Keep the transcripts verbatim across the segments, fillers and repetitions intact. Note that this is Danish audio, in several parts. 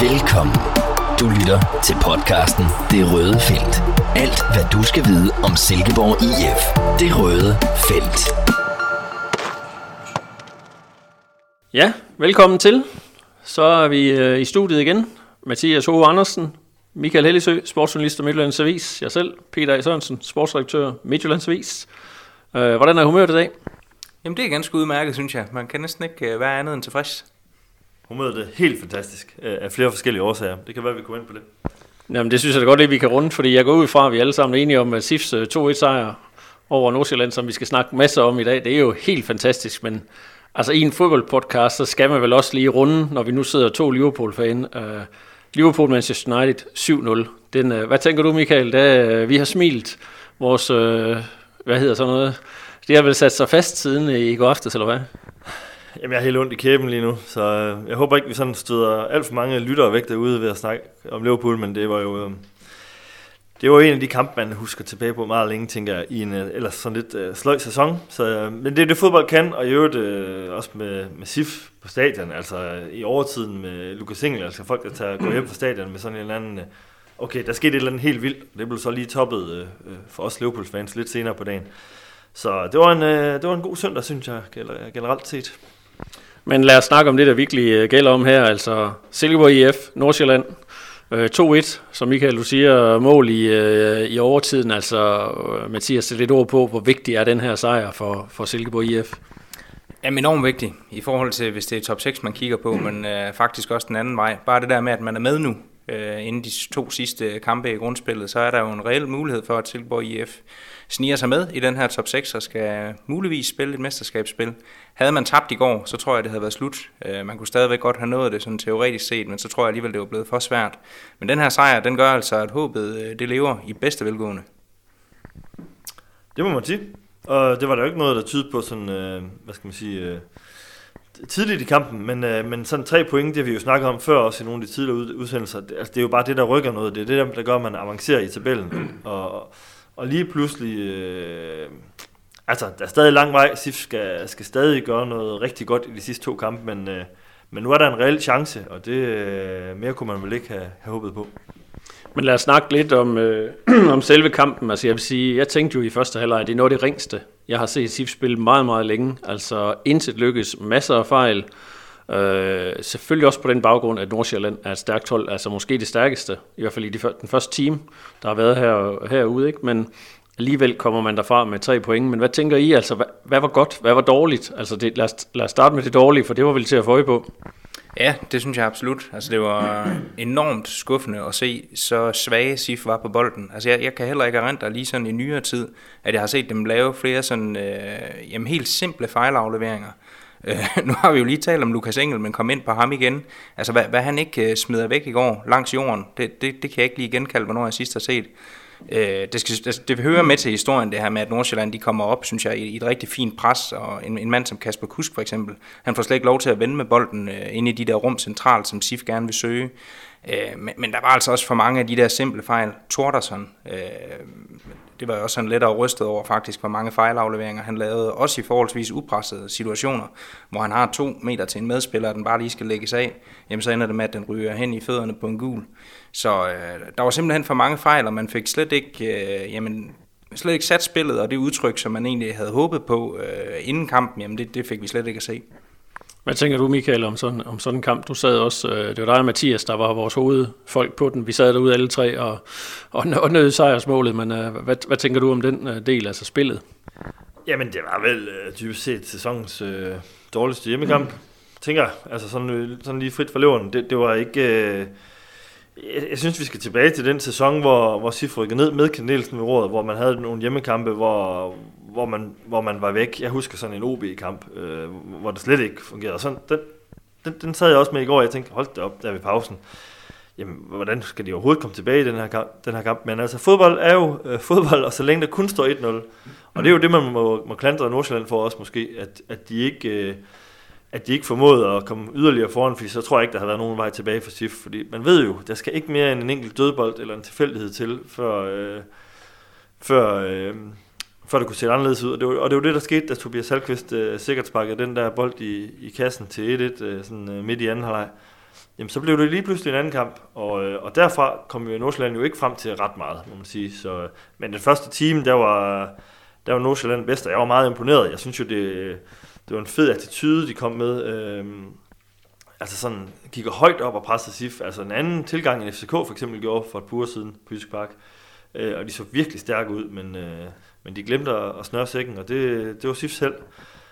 Velkommen. Du lytter til podcasten Det Røde Felt. Alt hvad du skal vide om Silkeborg I F. Det Røde Felt. Ja, velkommen til. Så er vi øh, i studiet igen. Mathias Hove Andersen, Michael Hellisø, sportsjournalist og Midtjyllands Avis. Jeg selv, Peter A. Sørensen, sportsredaktør Midtjyllands Avis. Øh, hvordan er humøret i dag? Jamen det er ganske udmærket, synes jeg. Man kan næsten ikke være andet end tilfreds. Humøret er helt fantastisk af flere forskellige årsager. Det kan være, vi kommer ind på det. Jamen det synes jeg da godt, at vi kan runde, fordi jeg går ud fra, at vi alle sammen er enige om, at S I F's to et sejr over Nordsjælland, som vi skal snakke masser om i dag, det er jo helt fantastisk, men altså i en fodboldpodcast, så skal man vel også lige runde, når vi nu sidder to Liverpool-fan. Uh, Liverpool Manchester United syv nul. Den, uh, hvad tænker du, Michael? Da, uh, vi har smilt vores, uh, hvad hedder sådan noget, det har vel sat sig fast siden i går aftes, eller hvad? Jamen, jeg er helt ondt i kæben lige nu, så øh, jeg håber ikke, vi sådan støder alt for mange lyttere væk derude ved at snakke om Liverpool, men det var jo øh, det var en af de kampe, man husker tilbage på meget længe, tænker jeg, i en øh, ellers sådan lidt øh, sløj sæson. Så, øh, men det er det, fodbold kan, og i øvrigt øh, også med, med S I F på stadion, altså øh, i overtiden med Lukas Engel, altså folk, der tager, går hjem fra stadion med sådan en eller anden, øh, okay, der skete et eller andet helt vildt, det blev så lige toppet øh, for os Liverpool-fans lidt senere på dagen. Så det var en, øh, det var en god søndag, synes jeg, generelt set. Men lad os snakke om det, der virkelig gælder om her, altså Silkeborg I F, Nordsjælland, øh, to et, som Michael, du siger, mål i, øh, i overtiden, altså Mathias, sæt lidt ord på, hvor vigtig er den her sejr for, for Silkeborg I F? Jamen enormt vigtig, i forhold til, hvis det er top seks, man kigger på, men øh, faktisk også den anden vej. Bare det der med, at man er med nu, øh, inden de to sidste kampe i grundspillet, så er der jo en reel mulighed for, at Silkeborg I F sniger sig med i den her top seks og skal muligvis spille et mesterskabsspil. Havde man tabt i går, så tror jeg, det havde været slut. Man kunne stadigvæk godt have nået det sådan teoretisk set, men så tror jeg alligevel, det var blevet for svært. Men den her sejr, den gør altså, at håbet det lever i bedste velgående. Det må man sige. Og det var der jo ikke noget, der tydede på sådan, øh, hvad skal man sige, øh, tidligt i kampen, men, øh, men sådan tre point, det har vi jo snakket om før, også i nogle af de tidligere udsendelser. Det, altså, det er jo bare det, der rykker noget. Det er det, der, der gør, at man avancerer i tabellen. Og Og lige pludselig, øh, altså der er stadig lang vej, S I F skal, skal stadig gøre noget rigtig godt i de sidste to kampe, men, øh, men nu er der en reel chance, og det øh, mere kunne man vel ikke have, have håbet på. Men lad os snakke lidt om, øh, om selve kampen. Altså jeg vil sige, jeg tænkte jo i første halvleg, det er noget af det ringste. Jeg har set S I F spille meget, meget længe, altså intet lykkes, masser af fejl. Øh, selvfølgelig også på den baggrund, at Nordsjælland er et stærkt hold, altså måske det stærkeste, i hvert fald i de, den første team, der har været her, herude, ikke? Men alligevel kommer man derfra med tre point. Men hvad tænker I, altså hvad, hvad var godt, hvad var dårligt? Altså det, lad, os, lad os starte med det dårlige, for det var vel til at få øje på. Ja, det synes jeg absolut. Altså det var enormt skuffende at se, så svage S I F var på bolden. Altså jeg, jeg kan heller ikke erindre lige sådan i nyere tid, at jeg har set dem lave flere sådan, øh, jamen helt simple fejlafleveringer. Uh, nu har vi jo lige talt om Lukas Engel, men kom ind på ham igen. Altså, hvad, hvad han ikke uh, smider væk i går langs jorden, det, det, det kan jeg ikke lige genkalde, hvornår jeg sidst har set. Uh, det, skal, det, det hører med til historien, det her med, at Nordsjælland de kommer op, synes jeg, i, i et rigtig fint pres. Og en, en mand som Kasper Kusk for eksempel, han får slet ikke lov til at vende med bolden uh, inde i de der rum centralt, som S I F gerne vil søge. Uh, men, men der var altså også for mange af de der simple fejl. Thordarson, uh, det var jo også sådan lettere rystet over faktisk, hvor mange fejlafleveringer han lavede, også i forholdsvis upressede situationer, hvor han har to meter til en medspiller, og den bare lige skal lægges af, jamen så ender det med, at den ryger hen i fødderne på en gul. Så øh, der var simpelthen for mange fejl, og man fik slet ikke, øh, jamen, slet ikke sat spillet, og det udtryk, som man egentlig havde håbet på øh, inden kampen, jamen det, det fik vi slet ikke at se. Hvad tænker du, Michael, om sådan, om sådan en kamp? Du sad også, øh, det var dig og Mathias, der var vores hovedfolk på den. Vi sad derude alle tre og, og, og nød sejrsmålet, men øh, hvad, hvad tænker du om den øh, del, altså spillet? Jamen det var vel øh, typisk set sæsonens øh, dårligste hjemmekamp, mm. tænker jeg. Altså sådan, øh, sådan lige frit for leveren. Det, det var ikke... Øh, jeg, jeg synes, vi skal tilbage til den sæson, hvor, hvor S I F rykkede ned med Kent Nielsen ved roret, hvor man havde nogle hjemmekampe, hvor... Hvor man, hvor man var væk. Jeg husker sådan en O B-kamp, øh, hvor det slet ikke fungerede. Sådan, den, den, den sad jeg også med i går, og jeg tænkte, hold da op, der ved pausen. Jamen, hvordan skal de overhovedet komme tilbage i den her kamp? Den her kamp? Men altså, fodbold er jo øh, fodbold, og så længe der kun står et nul. Og det er jo det, man må, må klandre Nordsjælland for også måske, at, at, de ikke, øh, at de ikke formåede at komme yderligere foran, fordi så tror jeg ikke, der har været nogen vej tilbage for S I F. Fordi man ved jo, der skal ikke mere end en enkelt dødbold eller en tilfældighed til, før... Øh, før øh, før det kunne se anderledes ud. Og det var, og det var det, der skete, da Tobias Halkvist øh, sikkert sparkede den der bold i, i kassen til et et, øh, sådan, øh, midt i anden halvleg. jamen så blev det lige pludselig en anden kamp, og, og derfra kom jo Nordsjælland jo ikke frem til ret meget, må man sige. Så, men den første time, der var, der var Nordsjælland bedst, og jeg var meget imponeret. Jeg synes jo, det, det var en fed attitude, de kom med. Øhm, altså sådan, gik højt op og pressede S I F. Altså en anden tilgang, end F C K for eksempel gjorde for et par uger siden på Jysk Park. Øh, og de så virkelig stærke ud, men, øh, men de glemte at, at snøre sækken, og det, det var S I F selv.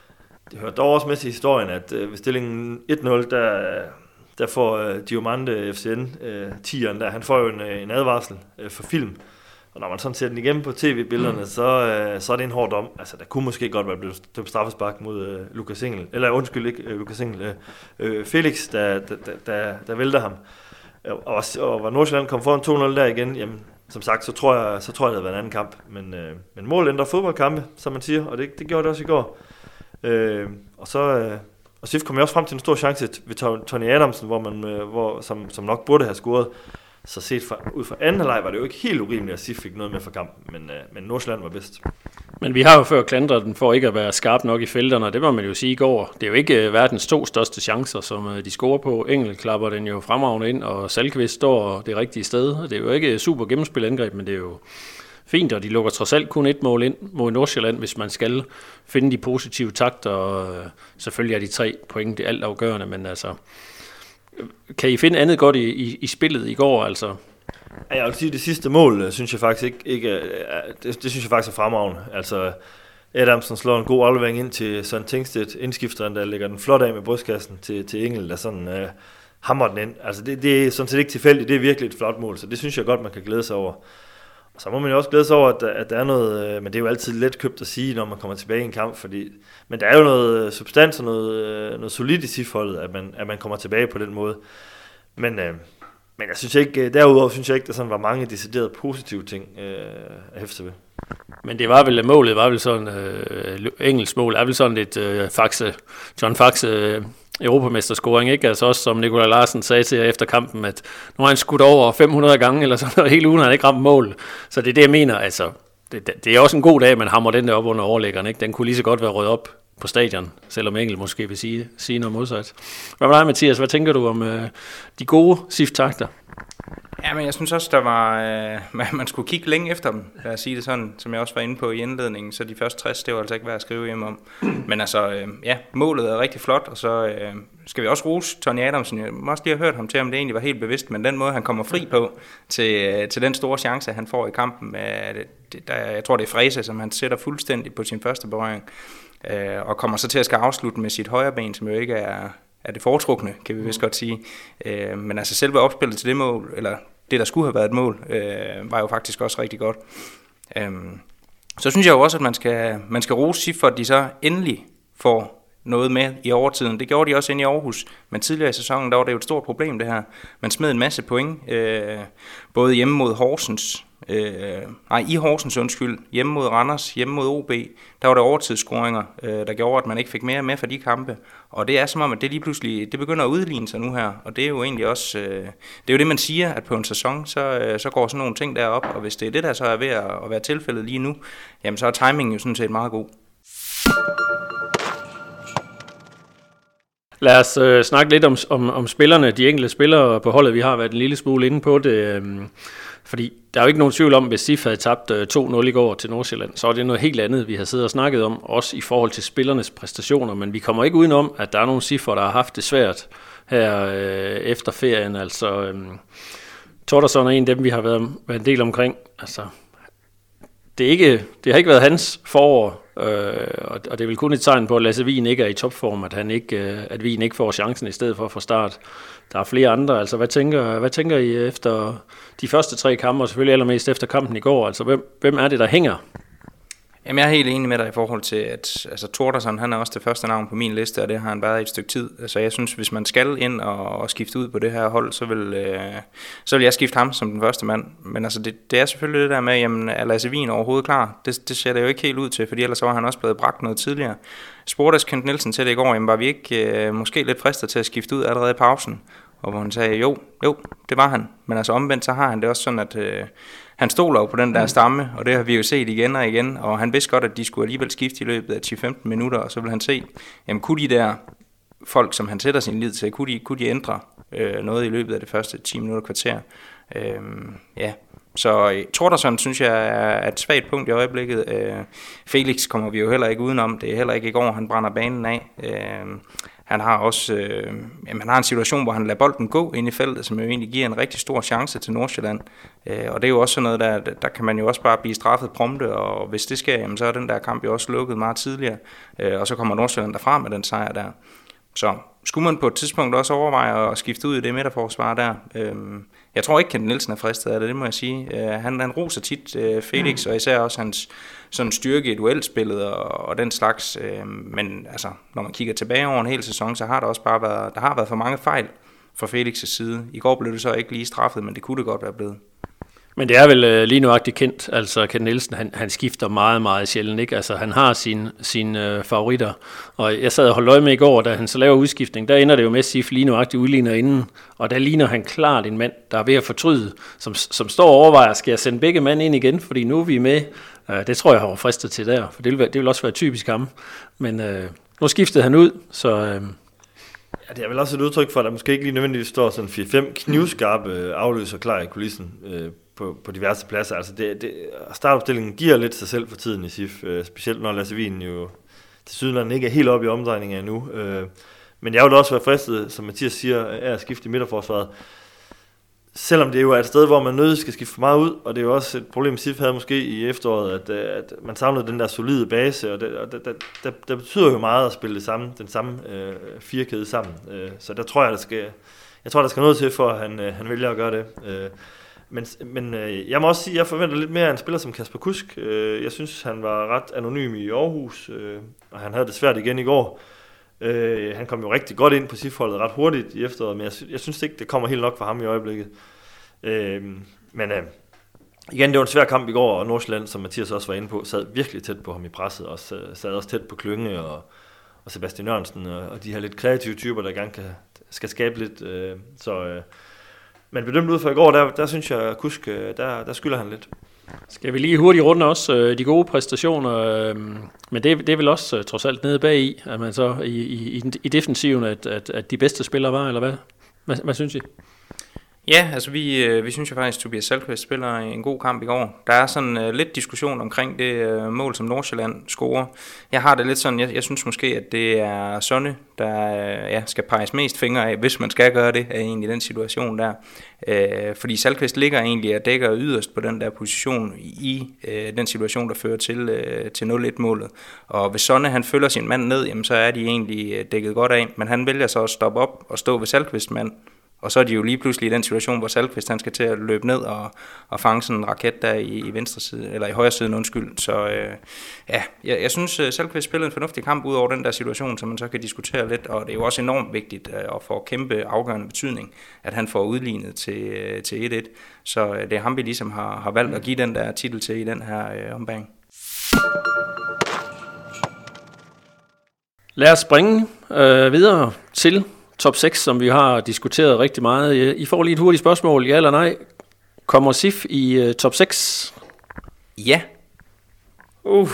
Det hørte dog også med til historien, at øh, ved stillingen et nul, der... Der får uh, Diomande F C N, uh, tieren der, han får jo en, en advarsel uh, for film. Og når man sådan ser den igennem på tv-billederne, mm. så, uh, så er det en hård dom. Altså, der kunne måske godt være blevet straffespark mod uh, Lukas Engel. Eller undskyld ikke, uh, Lukas Engel. Uh, uh, Felix, der, der, der, der vælter ham. Og, og, og var Nordsjælland kom foran to nul der igen, jamen, som sagt, så tror jeg, så tror jeg det havde været en anden kamp. Men, uh, men mål ændrer fodboldkampe, som man siger, og det, det gjorde det også i går. Uh, og så... Uh, Og S I F kom jo også frem til en stor chance ved Tony Adamsen, hvor man, hvor, som, som nok burde have scoret. Så set fra, ud fra anden halvleg var det jo ikke helt urimeligt, at S I F fik noget med fra kampen, men, men Nordsjælland var bedst. Men vi har jo før klandret den for ikke at være skarp nok i felterne, og det må man jo sige i går. Det er jo ikke verdens to største chancer, som de scorer på. Engel klapper den jo fremragende ind, og Salkvist står det rigtige sted. Det er jo ikke super gennemspilangreb, men det er jo fint, og de lukker trods alt kun et mål ind mod Nordsjælland, hvis man skal finde de positive takter, og selvfølgelig er de tre point det alt afgørende, men altså, kan I finde andet godt i, i, i spillet i går, altså? Ja, jeg vil sige, det sidste mål, synes jeg faktisk ikke, ikke det, det synes jeg faktisk er fremragende. Altså, Adamsen slår en god aflevering ind til Søren Tingstedt, indskifteren, der lægger den flot af med brystkassen til, til Engel, der sådan uh, hammer den ind. Altså, det, det er sådan set ikke tilfældigt, det er virkelig et flot mål, så det synes jeg godt, man kan glæde sig over. Så må man jo også glæde sig over, at, at der er noget, men det er jo altid let købt at sige, når man kommer tilbage i en kamp, fordi, men der er jo noget substans og noget, noget solidt i S I F-holdet, at man, at man kommer tilbage på den måde. Men, øh, men jeg synes ikke, derudover synes jeg ikke, der sådan var mange deciderede positive ting øh, at hæfte ved. Men det var vel, målet var vel sådan, øh, engelsk mål er vel sådan lidt øh, Faxe, John Faxe, øh, europamesterscoring, ikke? Altså også som Nikolaj Larsen sagde til jer efter kampen, at nu har han skudt over fem hundrede gange, eller sådan noget, hele ugen har han ikke ramt mål. Så det er det, jeg mener, altså, det, det er også en god dag, at man hammer den der op under overlæggeren, ikke? Den kunne lige så godt være rødt op på stadion, selvom Engel måske vil sige, sige noget modsat. Hvad med dig, Mathias? Hvad tænker du om øh, de gode S I F-takter? Ja, men jeg synes også, der var, øh, man skulle kigge længe efter dem, lad os sige det sådan, som jeg også var inde på i indledningen, så de første tres, det var altså ikke værd at skrive hjem om. Men altså, øh, ja, målet er rigtig flot, og så øh, skal vi også rose Tony Adamsen. Jeg må også lige have hørt ham til, om det egentlig var helt bevidst, men den måde, han kommer fri på til, til den store chance, han får i kampen, øh, det, der, jeg tror, det er Frese, som han sætter fuldstændig på sin første berøring, øh, og kommer så til at skal afslutte med sit højre ben, som jo ikke er... er det foretrukne, kan vi vist godt sige. Øh, men altså selve opspillet til det mål, eller det, der skulle have været et mål, øh, var jo faktisk også rigtig godt. Øh, så synes jeg jo også, at man skal, man skal rose S I F for, at de så endelig får noget med i overtiden. Det gjorde de også inde i Aarhus, men tidligere i sæsonen, der var det jo et stort problem det her. Man smed en masse point, øh, både hjemme mod Horsens, øh, nej i Horsens undskyld, hjemme mod Randers, hjemme mod O B, der var der overtidsscoringer, øh, der gjorde, at man ikke fik mere med fra de kampe. Og det er som om, at det lige pludselig, det begynder at udligne sig nu her, og det er jo egentlig også, øh, det er jo det man siger, at på en sæson, så, øh, så går sådan nogle ting derop, og hvis det er det, der så er ved at, at være tilfældet lige nu, jamen så er timingen jo sådan set meget god. Lad os øh, snakke lidt om, om, om spillerne, de enkelte spillere på holdet. Vi har været en lille smule inde på det, øh, fordi der er jo ikke nogen tvivl om, hvis S I F havde tabt øh, to nul i går til Nordsjælland, så er det noget helt andet, vi har siddet og snakket om, også i forhold til spillernes præstationer, men vi kommer ikke udenom, at der er nogle S I F'er, der har haft det svært her øh, efter ferien. Altså, øh, Tordersson er en af dem, vi har været, været en del omkring. Altså, det, er ikke, det har ikke været hans forår, øh, og det er vel kun et tegn på, at Lasse Wien ikke er i topform, at, han ikke, øh, at Wien ikke får chancen i stedet for at få start. Der er flere andre. Altså, hvad tænker, hvad tænker I efter de første tre kampe, og selvfølgelig allermest efter kampen i går? Altså, hvem, hvem er det, der hænger? Jamen, jeg er helt enig med dig i forhold til, at altså, Tordersson, han er også det første navn på min liste, og det har han været i et stykke tid. Altså, jeg synes, hvis man skal ind og, og skifte ud på det her hold, så vil, øh, så vil jeg skifte ham som den første mand. Men altså, det, det er selvfølgelig det der med, jamen, er Lasse Wien overhovedet klar? Det, det ser det jo ikke helt ud til, fordi ellers var han også blevet bragt noget tidligere. Spurgte Kent Nielsen til det i går, jamen, var vi ikke øh, måske lidt fristet til at skifte ud allerede i pausen? Og hvor han sagde, jo, jo, det var han. Men altså omvendt, så har han det også sådan, at øh, han stoler jo på den der stamme, og det har vi jo set igen og igen. Og han vidste godt, at de skulle alligevel skifte i løbet af ti til femten minutter, og så vil han se, jamen kunne de der folk, som han sætter sin lid til, kunne de, kunne de ændre øh, noget i løbet af det første ti minutter kvarter. Øh, ja. Så Thordarson synes jeg er et svagt punkt i øjeblikket. Øh, Felix kommer vi jo heller ikke udenom. Det er heller ikke i går, han brænder banen af. Øh, han har også øh, jamen, han har en situation, hvor han lader bolden gå ind i feltet, som jo egentlig giver en rigtig stor chance til Nordsjælland. Øh, og det er jo også sådan noget, der, der kan man jo også bare blive straffet prompte, og hvis det sker, jamen, så er den der kamp jo også lukket meget tidligere. Øh, og så kommer Nordsjælland derfra med den sejr der. Så skulle man på et tidspunkt også overveje at skifte ud i det midterforsvar der. Øhm, jeg tror ikke, Kent Nielsen er fristet af det, det må jeg sige. Øh, han, han roser tit øh, Felix, mm. og især også hans sådan styrke i duelspillet og, og den slags. Øh, men altså, når man kigger tilbage over en hel sæson, så har der også bare været, der har været for mange fejl fra Felix' side. I går blev det så ikke lige straffet, men det kunne det godt være blevet. Men det er vel øh, lige nuagtigt Kent, altså Kent Nielsen, han, han skifter meget, meget sjældent, ikke? Altså han har sine sin, øh, favoritter, og jeg sad og holdt øje med i går, da han så laver udskiftning, der ender det jo med at Sif lige nuagtigt udligner inden, og der ligner han klart en mand, der er ved at fortryde, som, som står og overvejer, skal jeg sende begge mand ind igen, fordi nu er vi med, øh, det tror jeg har fristet til der, for det vil, det vil også være typisk ham, men øh, nu skiftede han ud, så... Øh, Ja, det er vel også et udtryk for, at der måske ikke lige nødvendigvis står sådan fire fem knivskarpe afløser klar i kulissen øh, på, på diverse pladser. Altså det, det, startopstillingen giver lidt sig selv for tiden i Sif, øh, specielt når Lasse Wien jo til sydenlandet ikke er helt oppe i omdrejninger endnu. Øh, men jeg vil også være fristet, som Mathias siger, af at skifte i midterforsvaret. Selvom det jo er et sted, hvor man nødig skal skifte for meget ud, og det er jo også et problem, Sif havde måske i efteråret, at, at man savnede den der solide base, og det, og det, det, det, det betyder jo meget at spille det samme, den samme øh, firekæde sammen. Øh, så der tror jeg, der skal, jeg tror, der skal noget til, for at han, øh, han vælger at gøre det. Øh, men men øh, jeg må også sige, at jeg forventer lidt mere af en spiller som Kasper Kusk. Øh, jeg synes, han var ret anonym i Aarhus, øh, og han havde det svært igen i går. Uh, han kom jo rigtig godt ind på Sif-holdet ret hurtigt i efteråret, men jeg, sy- jeg synes ikke, det kommer helt nok for ham i øjeblikket. Uh, men uh, igen, det var en svær kamp i går, og Nordsjælland, som Mathias også var inde på, sad virkelig tæt på ham i presset, og sad også tæt på Klynge og, og Sebastian Jørgensen, og, og de her lidt kreative typer, der gerne kan, skal skabe lidt. Uh, så, uh, men bedømt ud fra i går, der, der synes jeg, at Kusk, der, der skylder han lidt. Skal vi lige hurtigt runde også øh, de gode præstationer, øh, men det, det er vel også øh, trods alt nede bag i, at man så i, i, i defensiven, at, at, at de bedste spillere var, eller hvad? Hvad, hvad synes I? Ja, altså vi, øh, vi synes jo faktisk, at Tobias Salkvist spiller en god kamp i går. Der er sådan øh, lidt diskussion omkring det øh, mål, som Nordsjælland scorer. Jeg har det lidt sådan, jeg, jeg synes måske, at det er Sonne, der øh, ja, skal peges mest fingre af, hvis man skal gøre det, er egentlig den situation der. Øh, fordi Salkvist ligger egentlig og dækker yderst på den der position i øh, den situation, der fører til, øh, til nul et målet. Og hvis Sonne han følger sin mand ned, jamen, så er de egentlig dækket godt af, men han vælger så at stoppe op og stå ved Salkvist mand. Og så er de jo lige pludselig i den situation, hvor Salkvist han skal til at løbe ned og, og fange sådan en raket der i, i venstre side, eller i højre side, undskyld. Så øh, ja, jeg, jeg synes, Salkvist spillede en fornuftig kamp ud over den der situation, som man så kan diskutere lidt. Og det er jo også enormt vigtigt øh, at få kæmpe afgørende betydning, at han får udlignet til, øh, til et et. Så øh, det er ham, vi ligesom har, har valgt at give den der titel til i den her øh, ombæring. Lad os springe øh, videre til top seks, som vi har diskuteret rigtig meget. I får lige et hurtigt spørgsmål, ja eller nej. Kommer Sif i uh, top seks? Ja. Uh.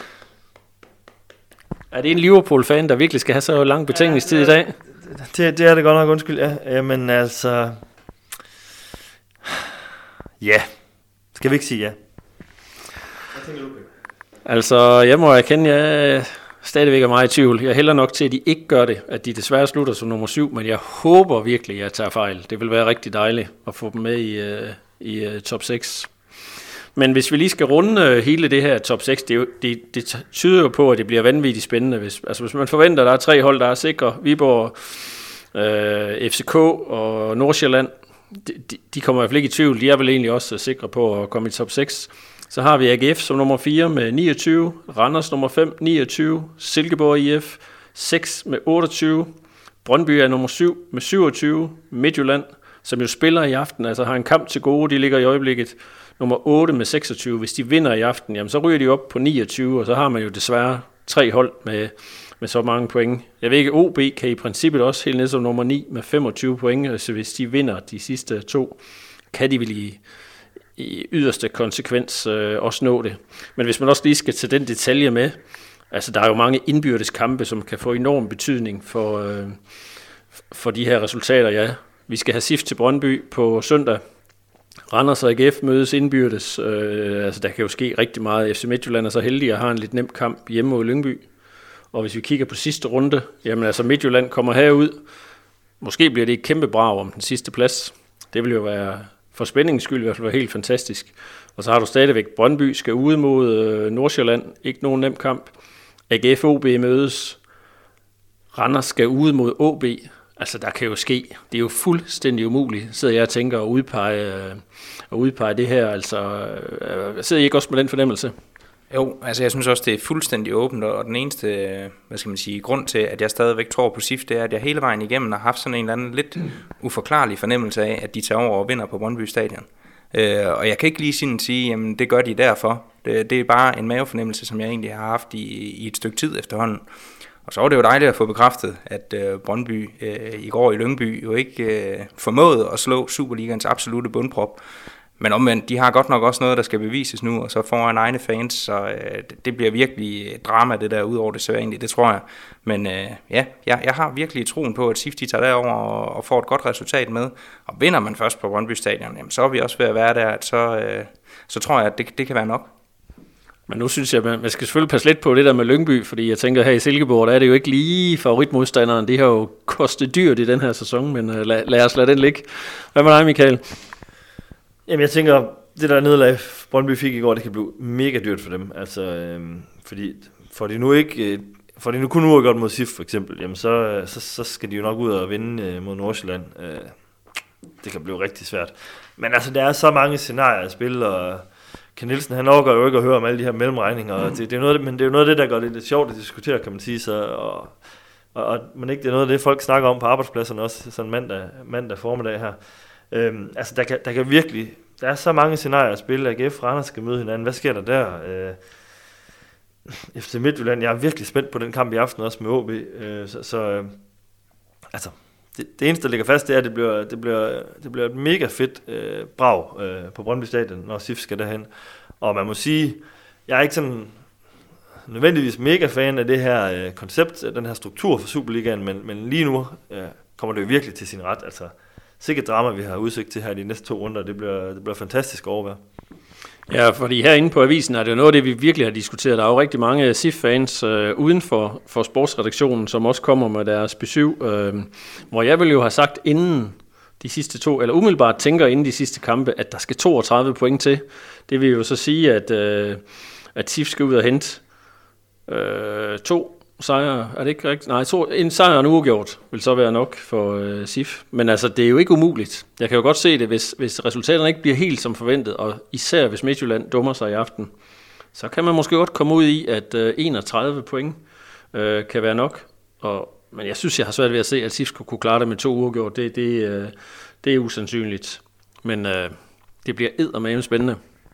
Er det en Liverpool-fan, der virkelig skal have så lang betænkningstid ja, i dag? Det, det er det godt nok, undskyld. Ja. Jamen altså... Ja. Skal vi ikke sige ja? Hvad tænker du på? Altså, jeg må erkende, jeg stadigvæk er meget i tvivl. Jeg hælder nok til, at de ikke gør det, at de desværre slutter som nummer syv, men jeg håber virkelig, at jeg tager fejl. Det vil være rigtig dejligt at få dem med i, uh, i uh, top seks. Men hvis vi lige skal runde uh, hele det her top seks, det, jo, det, det tyder jo på, at det bliver vanvittigt spændende. Hvis, altså hvis man forventer, at der er tre hold, der er sikre, Viborg, uh, F C K og Nordsjælland, de, de, de kommer i hvert fald ikke i tvivl. De er vel egentlig også sikre på at komme i top seks. Så har vi A G F som nummer fire med niogtyve, Randers nummer fem, niogtyve, Silkeborg I F seks med otteogtyve, Brøndby er nummer syv med syvogtyve, Midtjylland, som jo spiller i aften, altså har en kamp til gode, de ligger i øjeblikket nummer otte med seksogtyve. Hvis de vinder i aften, jamen så ryger de op på niogtyve, og så har man jo desværre tre hold med, med så mange point. Jeg ved ikke, O B kan i princippet også helt ned som nummer ni med femogtyve point, altså hvis de vinder de sidste to, kan de vel i i yderste konsekvens øh, også nå det. Men hvis man også lige skal tage den detalje med, altså der er jo mange indbyrdes kampe, som kan få enorm betydning for, øh, for de her resultater, ja. Vi skal have S I F til Brøndby på søndag. Randers og A G F mødes indbyrdes. Øh, altså, der kan jo ske rigtig meget. F C Midtjylland er så heldig at have en lidt nem kamp hjemme mod Lyngby. Og hvis vi kigger på sidste runde, jamen altså Midtjylland kommer herud. Måske bliver det et kæmpe brag om den sidste plads. Det vil jo være for spændingens skyld i hvert fald være helt fantastisk. Og så har du stadigvæk Brøndby skal ude mod øh, Nordsjælland. Ikke nogen nem kamp. A G F O B mødes. Randers skal ude mod O B. Altså, der kan jo ske. Det er jo fuldstændig umuligt, sidder jeg og tænker at udpege, øh, at udpege det her. Altså, øh, sidder I ikke også med den fornemmelse? Jo, altså jeg synes også, det er fuldstændig åbent, og den eneste, hvad skal man sige, grund til, at jeg stadigvæk tror på S I F, det er, at jeg hele vejen igennem har haft sådan en eller anden lidt uforklarlig fornemmelse af, at de tager over og vinder på Brøndby Stadion. Øh, og jeg kan ikke lige sådan sige, jamen det gør de derfor. Det, det er bare en mavefornemmelse, som jeg egentlig har haft i, i et stykke tid efterhånden. Og så var det jo dejligt at få bekræftet, at øh, Brøndby øh, i går i Lyngby jo ikke øh, formåede at slå Superligans absolute bundprop. Men omvendt, de har godt nok også noget, der skal bevises nu, og så foran egne fans, så øh, det bliver virkelig drama, det der, ud over det sædvanlige, det tror jeg. Men øh, ja, jeg, jeg har virkelig troen på, at S I F de tager derover og, og får et godt resultat med. Og vinder man først på Brøndby Stadion, jamen, så er vi også ved at være der, at så, øh, så tror jeg, at det, det kan være nok. Men nu synes jeg, at man skal selvfølgelig passe lidt på det der med Lyngby, fordi jeg tænker, her i Silkeborg, der er det jo ikke lige favoritmodstanderen. De har jo kostet dyrt i den her sæson, men uh, lad, lad os lade den ligge. Hvad med dig, Michael? Jamen jeg tænker, det der nederlag Brøndby fik i går, det kan blive mega dyrt for dem. Altså, øhm, fordi får de nu ikke, øh, får de nu kun uafgjort mod S I F for eksempel, jamen så, så, så skal de jo nok ud og vinde øh, mod Nordsjælland. Øh, det kan blive rigtig svært. Men altså, der er så mange scenarier at spille, og Ken Nielsen, han overgår jo ikke at høre om alle de her mellemregninger, og det, det er noget af det, men det er jo noget af det, der gør det lidt sjovt at diskutere, kan man sige, så, og, og, og men ikke det er noget af det, folk snakker om på arbejdspladserne også, sådan mandag, mandag formiddag her. Øhm, altså, der kan, der kan virkelig, der er så mange scenarier at spille, A G F Randers skal møde hinanden, hvad sker der der? Øh, F C Midtjylland, jeg er virkelig spændt på den kamp i aften, også med O B, øh, så, så øh, altså, det, det eneste, der ligger fast, det er, at det bliver, det bliver, det bliver et mega fedt øh, brag øh, på Brøndby Stadion, når S I F skal derhen. Og man må sige, jeg er ikke sådan nødvendigvis mega fan af det her øh, koncept, den her struktur for Superligaen, men, men lige nu øh, kommer det jo virkelig til sin ret. Altså, sikkert drama, vi har udsigt til her de næste to runder, det bliver, det bliver fantastisk at overvære. Ja, fordi herinde på avisen er det jo noget af det, vi virkelig har diskuteret. Der er jo rigtig mange S I F-fans øh, uden for, for sportsredaktionen, som også kommer med deres besøg, øh, hvor jeg vil jo have sagt inden de sidste to, eller umiddelbart tænker inden de sidste kampe, at der skal toogtredive point til. Det vil jo så sige, at, øh, at S I F skal ud og hente øh, to sejre, er det ikke rigtigt? Nej, to, en sejr og en uafgjort vil så være nok for øh, S I F. Men altså, det er jo ikke umuligt. Jeg kan jo godt se det, hvis, hvis resultaterne ikke bliver helt som forventet, og især hvis Midtjylland dummer sig i aften, så kan man måske godt komme ud i, at øh, enogtredive point øh, kan være nok. Og, men jeg synes, jeg har svært ved at se, at S I F skulle kunne klare det med to uafgjort. Det, det, øh, det er usandsynligt. Men øh, det bliver eddermame spændende.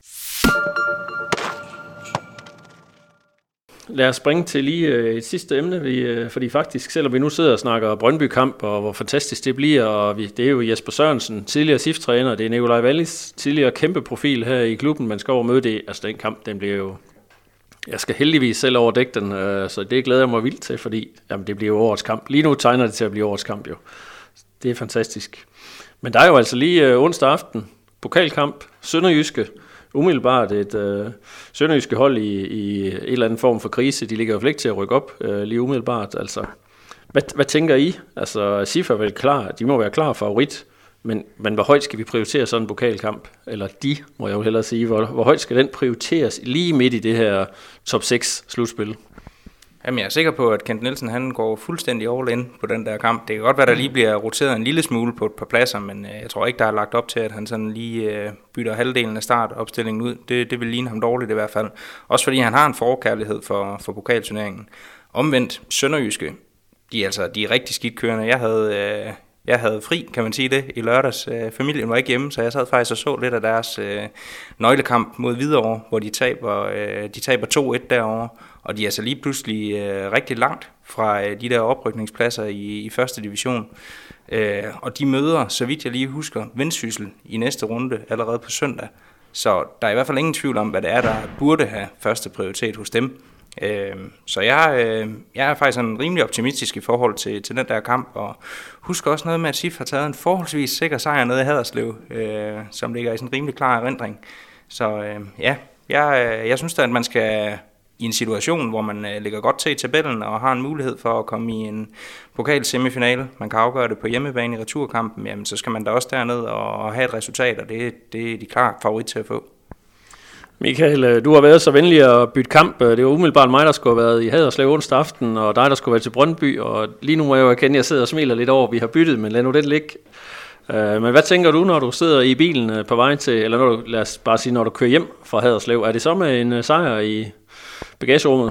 Lad os springe til lige et sidste emne, vi, fordi faktisk, selvom vi nu sidder og snakker Brøndby-kamp, og hvor fantastisk det bliver, og vi, det er jo Jesper Sørensen, tidligere S I F-træner, det er Nikolaj Wallis, tidligere kæmpe profil her i klubben, man skal over møde det, altså den kamp, den bliver jo, jeg skal heldigvis selv overdække den, så det glæder jeg mig vildt til, fordi jamen, det bliver jo årets kamp. Lige nu tegner det til at blive årets kamp jo. Det er fantastisk. Men der er jo altså lige onsdag aften, pokalkamp, Sønderjyske, umiddelbart et øh, sønderjyske hold i, i en eller anden form for krise. De ligger jo ikke til at rykke op øh, lige umiddelbart. Altså, hvad, hvad tænker I? Altså, S I F er vel klar. De må være klar favorit. Men, men hvor højt skal vi prioritere sådan en pokalkamp? Eller de, må jeg jo hellere sige. Hvor, hvor højt skal den prioriteres lige midt i det her top seks slutspil? Jamen, jeg er sikker på, at Kent Nielsen han går fuldstændig all in på den der kamp. Det kan godt være, der lige bliver roteret en lille smule på et par pladser, men jeg tror ikke, der er lagt op til, at han sådan lige bytter halvdelen af startopstillingen ud. Det, det vil ligne ham dårligt i hvert fald. Også fordi han har en forkærlighed for, for pokalturneringen. Omvendt, Sønderjyske, de er, altså, de er rigtig skidt kørende. Jeg havde, jeg havde fri, kan man sige det, i lørdags. Familien var ikke hjemme, så jeg sad faktisk og så lidt af deres nøglekamp mod Hvidovre, hvor de taber, de taber to et derovre. Og de er så lige pludselig øh, rigtig langt fra øh, de der oprykningspladser i, i første division. Øh, og de møder, så vidt jeg lige husker, Vendsyssel i næste runde allerede på søndag. Så der er i hvert fald ingen tvivl om, hvad det er, der burde have første prioritet hos dem. Øh, så jeg, øh, jeg er faktisk sådan rimelig optimistisk i forhold til, til den der kamp, og husk også noget med, at S I F har taget en forholdsvis sikker sejr nede i Haderslev, øh, som ligger i sådan en rimelig klar erindring. Så øh, ja, jeg, jeg synes da, at man skal i en situation, hvor man øh, ligger godt til i tabellen og har en mulighed for at komme i en pokalsemifinale, man kan afgøre det på hjemmebane i returkampen, jamen så skal man da også derned og, og have et resultat, og det, det er de klart favorit til at få. Michael, du har været så venlig at bytte kamp. Det var umiddelbart mig, der skulle have været i Haderslev onsdag aften, og dig, der skulle være til Brøndby, og lige nu må jeg jo erkende, at jeg sidder og smiler lidt over, vi har byttet, men lad nu det ligge. Men hvad tænker du, når du sidder i bilen på vej til, eller når du, lad os bare sige, når du kører hjem fra Haderslev, er det så med en sejr i bagagerummet?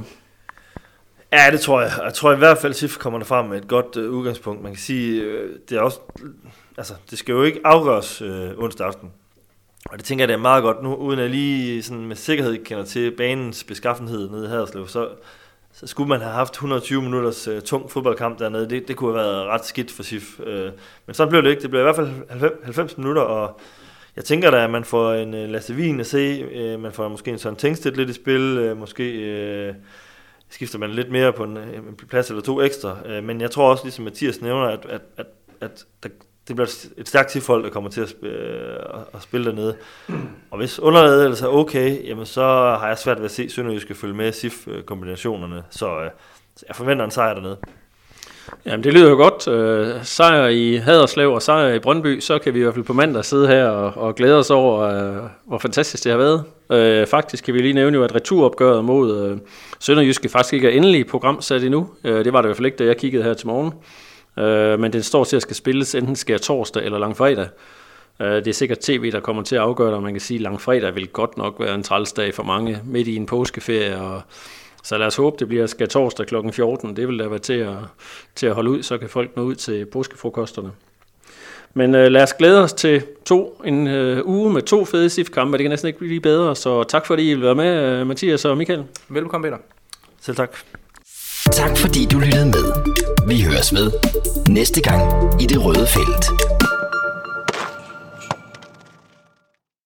Ja, det tror jeg. Jeg tror i hvert fald, at S I F kommer derfra med et godt uh, udgangspunkt. Man kan sige, uh, det er også, altså, det skal jo ikke afgøres uh, onsdag aften. Og det tænker jeg, det er meget godt nu, uden at lige sådan med sikkerhed kender til banens beskaffenhed nede i Haderslev, så, så skulle man have haft et hundrede og tyve minutters uh, tung fodboldkamp dernede. Det, det kunne have været ret skidt for S I F. Uh, men sådan blev det ikke. Det blev i hvert fald halvfems minutter, og jeg tænker da, at man får en uh, Lasse Wien at se. Uh, man får måske en sådan Tengstedt lidt i spil. Uh, måske uh, skifter man lidt mere på en, en plads eller to ekstra. Uh, men jeg tror også, ligesom Mathias nævner, at, at, at, at der, det bliver et stærkt tilhold, der kommer til at spille, at spille dernede. Og hvis underlaget ellers er okay, jamen så har jeg svært ved at se Sønderjyske følge med S I F-kombinationerne. Så øh, jeg forventer en sejr dernede. Jamen det lyder jo godt. Øh, sejr i Haderslev og sejr i Brøndby, så kan vi i hvert fald på mandag sidde her og, og glæde os over, øh, hvor fantastisk det har været. Øh, faktisk kan vi lige nævne jo, at returopgøret mod øh, Sønderjyske faktisk ikke er endelig programsat endnu. Øh, det var det i hvert fald ikke, da jeg kiggede her til morgen. Uh, men den står til at skal spilles enten sker torsdag eller langfredag. Uh, det er sikkert tv, der kommer til at afgøre det, og man kan sige, at langfredag vil godt nok være en trælsdag for mange midt i en påskeferie. Og så lad os håbe, det bliver skal torsdag klokken fjorten. Det vil der være til at, til at holde ud, så kan folk nå ud til påskefrokosterne. Men uh, lad os glæde os til to, en uh, uge med to fede S I F-kampe. Det kan næsten ikke blive bedre, så tak fordi I vil være med, uh, Mathias og Michael. Velkommen, Peter. Selv tak. Tak fordi du lyttede med. Vi høres ved næste gang i Det Røde Felt.